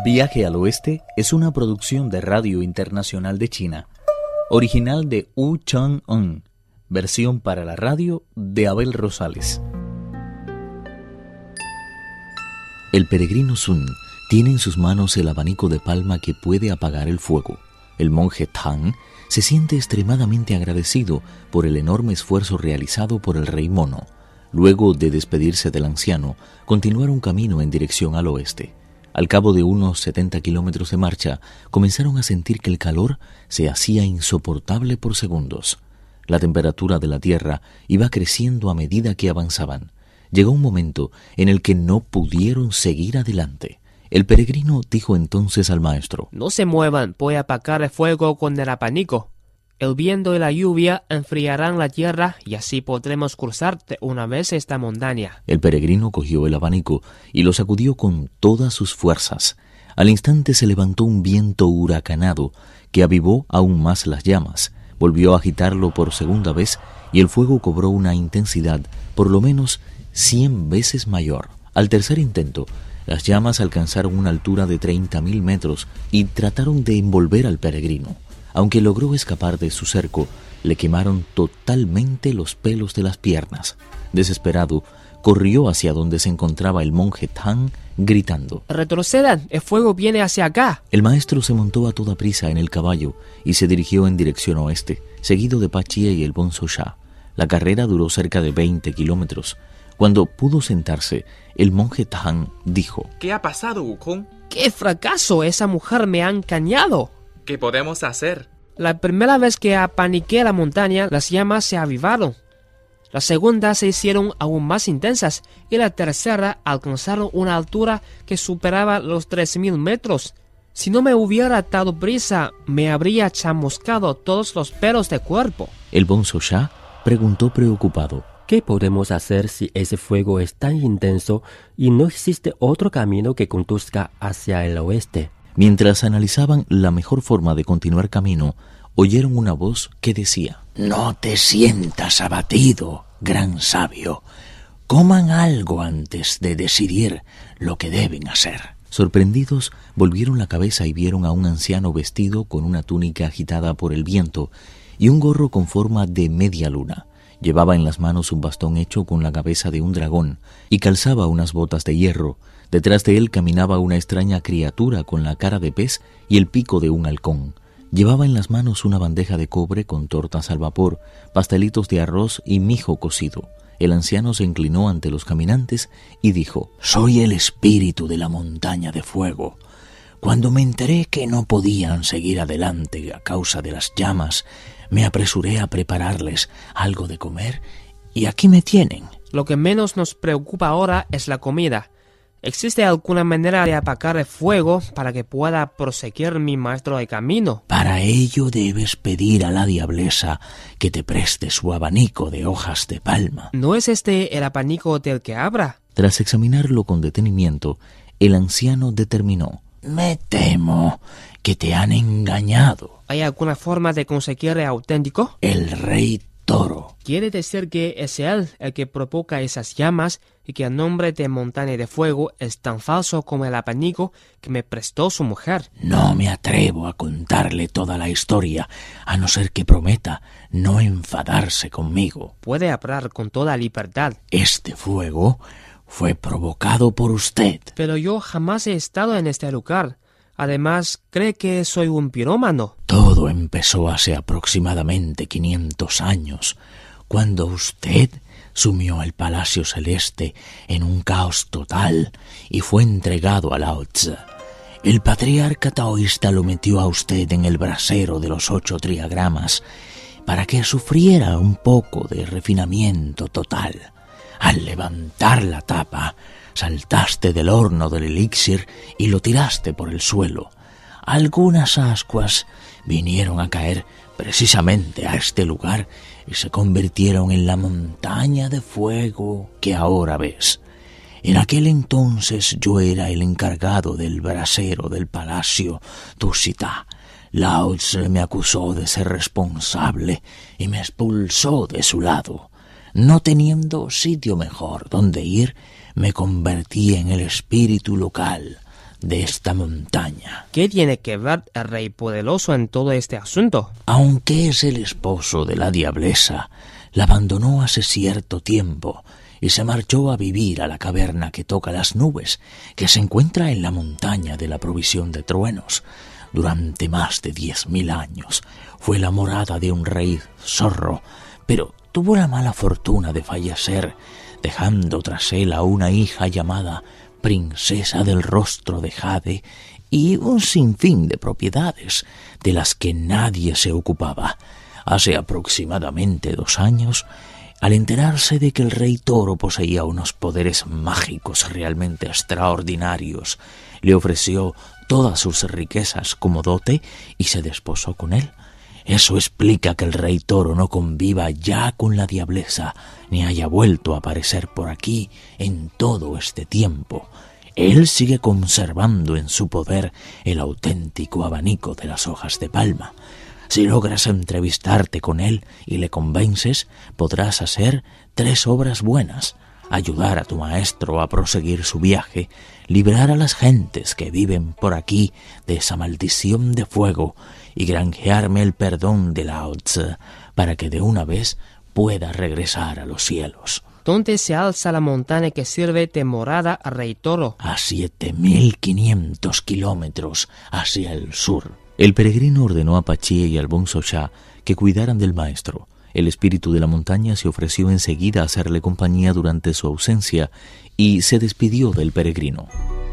Viaje al Oeste es una producción de Radio Internacional de China, original de Wu Chang-un, versión para la radio de Abel Rosales. El peregrino Sun tiene en sus manos el abanico de palma que puede apagar el fuego. El monje Tang se siente extremadamente agradecido por el enorme esfuerzo realizado por el rey mono. Luego de despedirse del anciano, continuaron camino en dirección al oeste. Al cabo de unos 70 kilómetros de marcha, comenzaron a sentir que el calor se hacía insoportable por segundos. La temperatura de la tierra iba creciendo a medida que avanzaban. Llegó un momento en el que no pudieron seguir adelante. El peregrino dijo entonces al maestro: «No se muevan, voy a apagar el fuego con el abanico. El viento y la lluvia enfriarán la tierra y así podremos cruzar de una vez esta montaña». El peregrino cogió el abanico y lo sacudió con todas sus fuerzas. Al instante se levantó un viento huracanado que avivó aún más las llamas. Volvió a agitarlo por segunda vez y el fuego cobró una intensidad por lo menos 100 veces mayor. Al tercer intento, las llamas alcanzaron una altura de 30.000 metros y trataron de envolver al peregrino. Aunque logró escapar de su cerco, le quemaron totalmente los pelos de las piernas. Desesperado, corrió hacia donde se encontraba el monje Tang, gritando: «¡Retrocedan! ¡El fuego viene hacia acá!». El maestro se montó a toda prisa en el caballo y se dirigió en dirección oeste, seguido de Pachie y el bonzo Sha. La carrera duró cerca de 20 kilómetros. Cuando pudo sentarse, el monje Tang dijo: ¿Qué ha pasado, Wukong? ¡Qué fracaso! ¡Esa mujer me ha engañado! ¿Qué podemos hacer? La primera vez que apaniqué la montaña, las llamas se avivaron. La segunda se hicieron aún más intensas y la tercera alcanzaron una altura que superaba los 3.000 metros. Si no me hubiera dado prisa, me habría chamuscado todos los pelos del cuerpo. El bonzo Sha preguntó preocupado: ¿qué podemos hacer si ese fuego es tan intenso y no existe otro camino que conduzca hacia el oeste? Mientras analizaban la mejor forma de continuar camino, oyeron una voz que decía: «No te sientas abatido, gran sabio. Coman algo antes de decidir lo que deben hacer». Sorprendidos, volvieron la cabeza y vieron a un anciano vestido con una túnica agitada por el viento y un gorro con forma de media luna. Llevaba en las manos un bastón hecho con la cabeza de un dragón y calzaba unas botas de hierro. Detrás de él caminaba una extraña criatura con la cara de pez y el pico de un halcón. Llevaba en las manos una bandeja de cobre con tortas al vapor, pastelitos de arroz y mijo cocido. El anciano se inclinó ante los caminantes y dijo: «Soy el espíritu de la montaña de fuego. Cuando me enteré que no podían seguir adelante a causa de las llamas, me apresuré a prepararles algo de comer y aquí me tienen». Lo que menos nos preocupa ahora es la comida. ¿Existe alguna manera de apagar el fuego para que pueda proseguir mi maestro de camino? Para ello debes pedir a la diablesa que te preste su abanico de hojas de palma. ¿No es este el abanico del que habla? Tras examinarlo con detenimiento, el anciano determinó: «Me temo que te han engañado». ¿Hay alguna forma de conseguir el auténtico? El rey Toro. ¿Quiere decir que es él el que provoca esas llamas y que el nombre de montaña de fuego es tan falso como el abanico que me prestó su mujer? No me atrevo a contarle toda la historia, a no ser que prometa no enfadarse conmigo. Puede hablar con toda libertad. Este fuego fue provocado por usted. Pero yo jamás he estado en este lugar. Además, ¿cree que soy un pirómano? Todo empezó hace aproximadamente 500 años, cuando usted sumió el Palacio Celeste en un caos total y fue entregado a Lao Tzu. El patriarca taoísta lo metió a usted en el brasero de los 8 triagramas para que sufriera un poco de refinamiento total. Al levantar la tapa, saltaste del horno del elixir y lo tiraste por el suelo. Algunas ascuas vinieron a caer precisamente a este lugar y se convirtieron en la montaña de fuego que ahora ves. En aquel entonces yo era el encargado del brasero del palacio Tushita. Lao Tzu me acusó de ser responsable y me expulsó de su lado. No teniendo sitio mejor donde ir, me convertí en el espíritu local de esta montaña. ¿Qué tiene que ver el rey poderoso en todo este asunto? Aunque es el esposo de la diablesa, la abandonó hace cierto tiempo y se marchó a vivir a la caverna que toca las nubes, que se encuentra en la montaña de la provisión de truenos. Durante más de 10.000 años fue la morada de un rey zorro, pero tuvo la mala fortuna de fallecer, dejando tras él a una hija llamada Princesa del Rostro de Jade y un sinfín de propiedades de las que nadie se ocupaba. Hace aproximadamente 2 años, al enterarse de que el rey toro poseía unos poderes mágicos realmente extraordinarios, le ofreció todas sus riquezas como dote y se desposó con él. Eso explica que el rey toro no conviva ya con la diablesa, ni haya vuelto a aparecer por aquí en todo este tiempo. Él sigue conservando en su poder el auténtico abanico de las hojas de palma. Si logras entrevistarte con él y le convences, podrás hacer 3 obras buenas: ayudar a tu maestro a proseguir su viaje, librar a las gentes que viven por aquí de esa maldición de fuego y granjearme el perdón de Lao Tzu para que de una vez pueda regresar a los cielos. ¿Dónde se alza la montaña que sirve de morada al rey toro? A 7.500 kilómetros hacia el sur. El peregrino ordenó a Pachie y al Bonzo Sha que cuidaran del maestro. El espíritu de la montaña se ofreció enseguida a hacerle compañía durante su ausencia y se despidió del peregrino.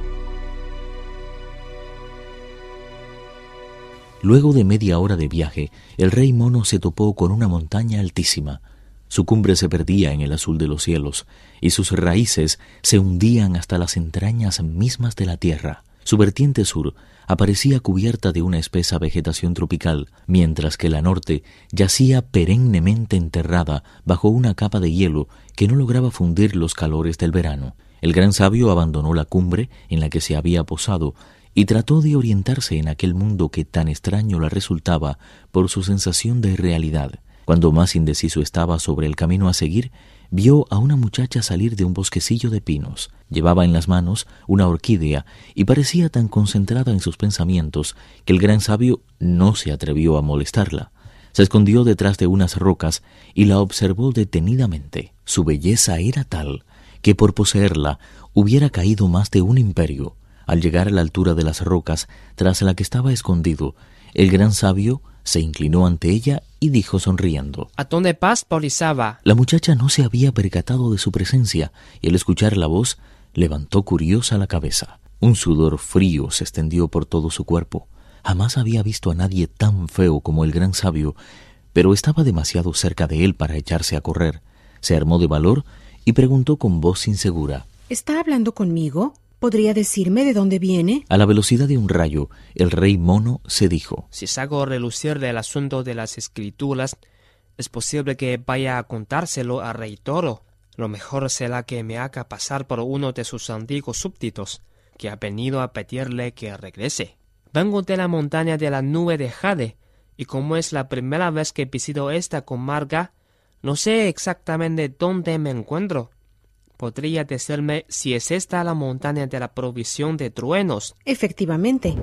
Luego de media hora de viaje, el rey mono se topó con una montaña altísima. Su cumbre se perdía en el azul de los cielos y sus raíces se hundían hasta las entrañas mismas de la tierra. Su vertiente sur aparecía cubierta de una espesa vegetación tropical, mientras que la norte yacía perennemente enterrada bajo una capa de hielo que no lograba fundir los calores del verano. El gran sabio abandonó la cumbre en la que se había posado y trató de orientarse en aquel mundo que tan extraño le resultaba por su sensación de irrealidad. Cuando más indeciso estaba sobre el camino a seguir, vio a una muchacha salir de un bosquecillo de pinos. Llevaba en las manos una orquídea y parecía tan concentrada en sus pensamientos que el gran sabio no se atrevió a molestarla. Se escondió detrás de unas rocas y la observó detenidamente. Su belleza era tal que por poseerla hubiera caído más de un imperio. Al llegar a la altura de las rocas tras la que estaba escondido, el gran sabio se inclinó ante ella y dijo sonriendo: ¿A dónde vas, Porizaba? La muchacha no se había percatado de su presencia y al escuchar la voz levantó curiosa la cabeza. Un sudor frío se extendió por todo su cuerpo. Jamás había visto a nadie tan feo como el gran sabio, pero estaba demasiado cerca de él para echarse a correr. Se armó de valor y preguntó con voz insegura: ¿Está hablando conmigo? ¿Podría decirme de dónde viene? A la velocidad de un rayo, el rey mono se dijo: Si saco a relucir del asunto de las escrituras, es posible que vaya a contárselo al rey toro. Lo mejor será que me haga pasar por uno de sus antiguos súbditos, que ha venido a pedirle que regrese. Vengo de la montaña de la nube de Jade, y como es la primera vez que visito esta comarca, no sé exactamente dónde me encuentro. ¿Podría decirme si es esta la montaña de la provisión de truenos? Efectivamente.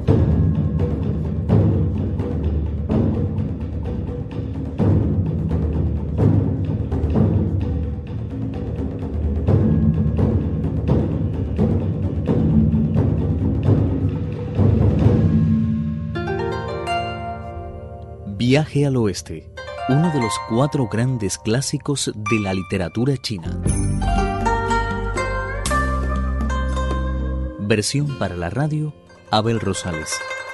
Viaje al Oeste, uno de los 4 grandes clásicos de la literatura china. Versión para la radio, Abel Rosales.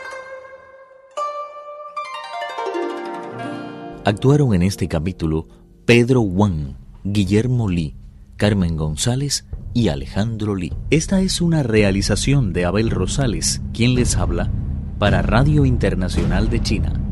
Actuaron en este capítulo Pedro Wang, Guillermo Li, Carmen González y Alejandro Li. Esta es una realización de Abel Rosales, quien les habla, para Radio Internacional de China.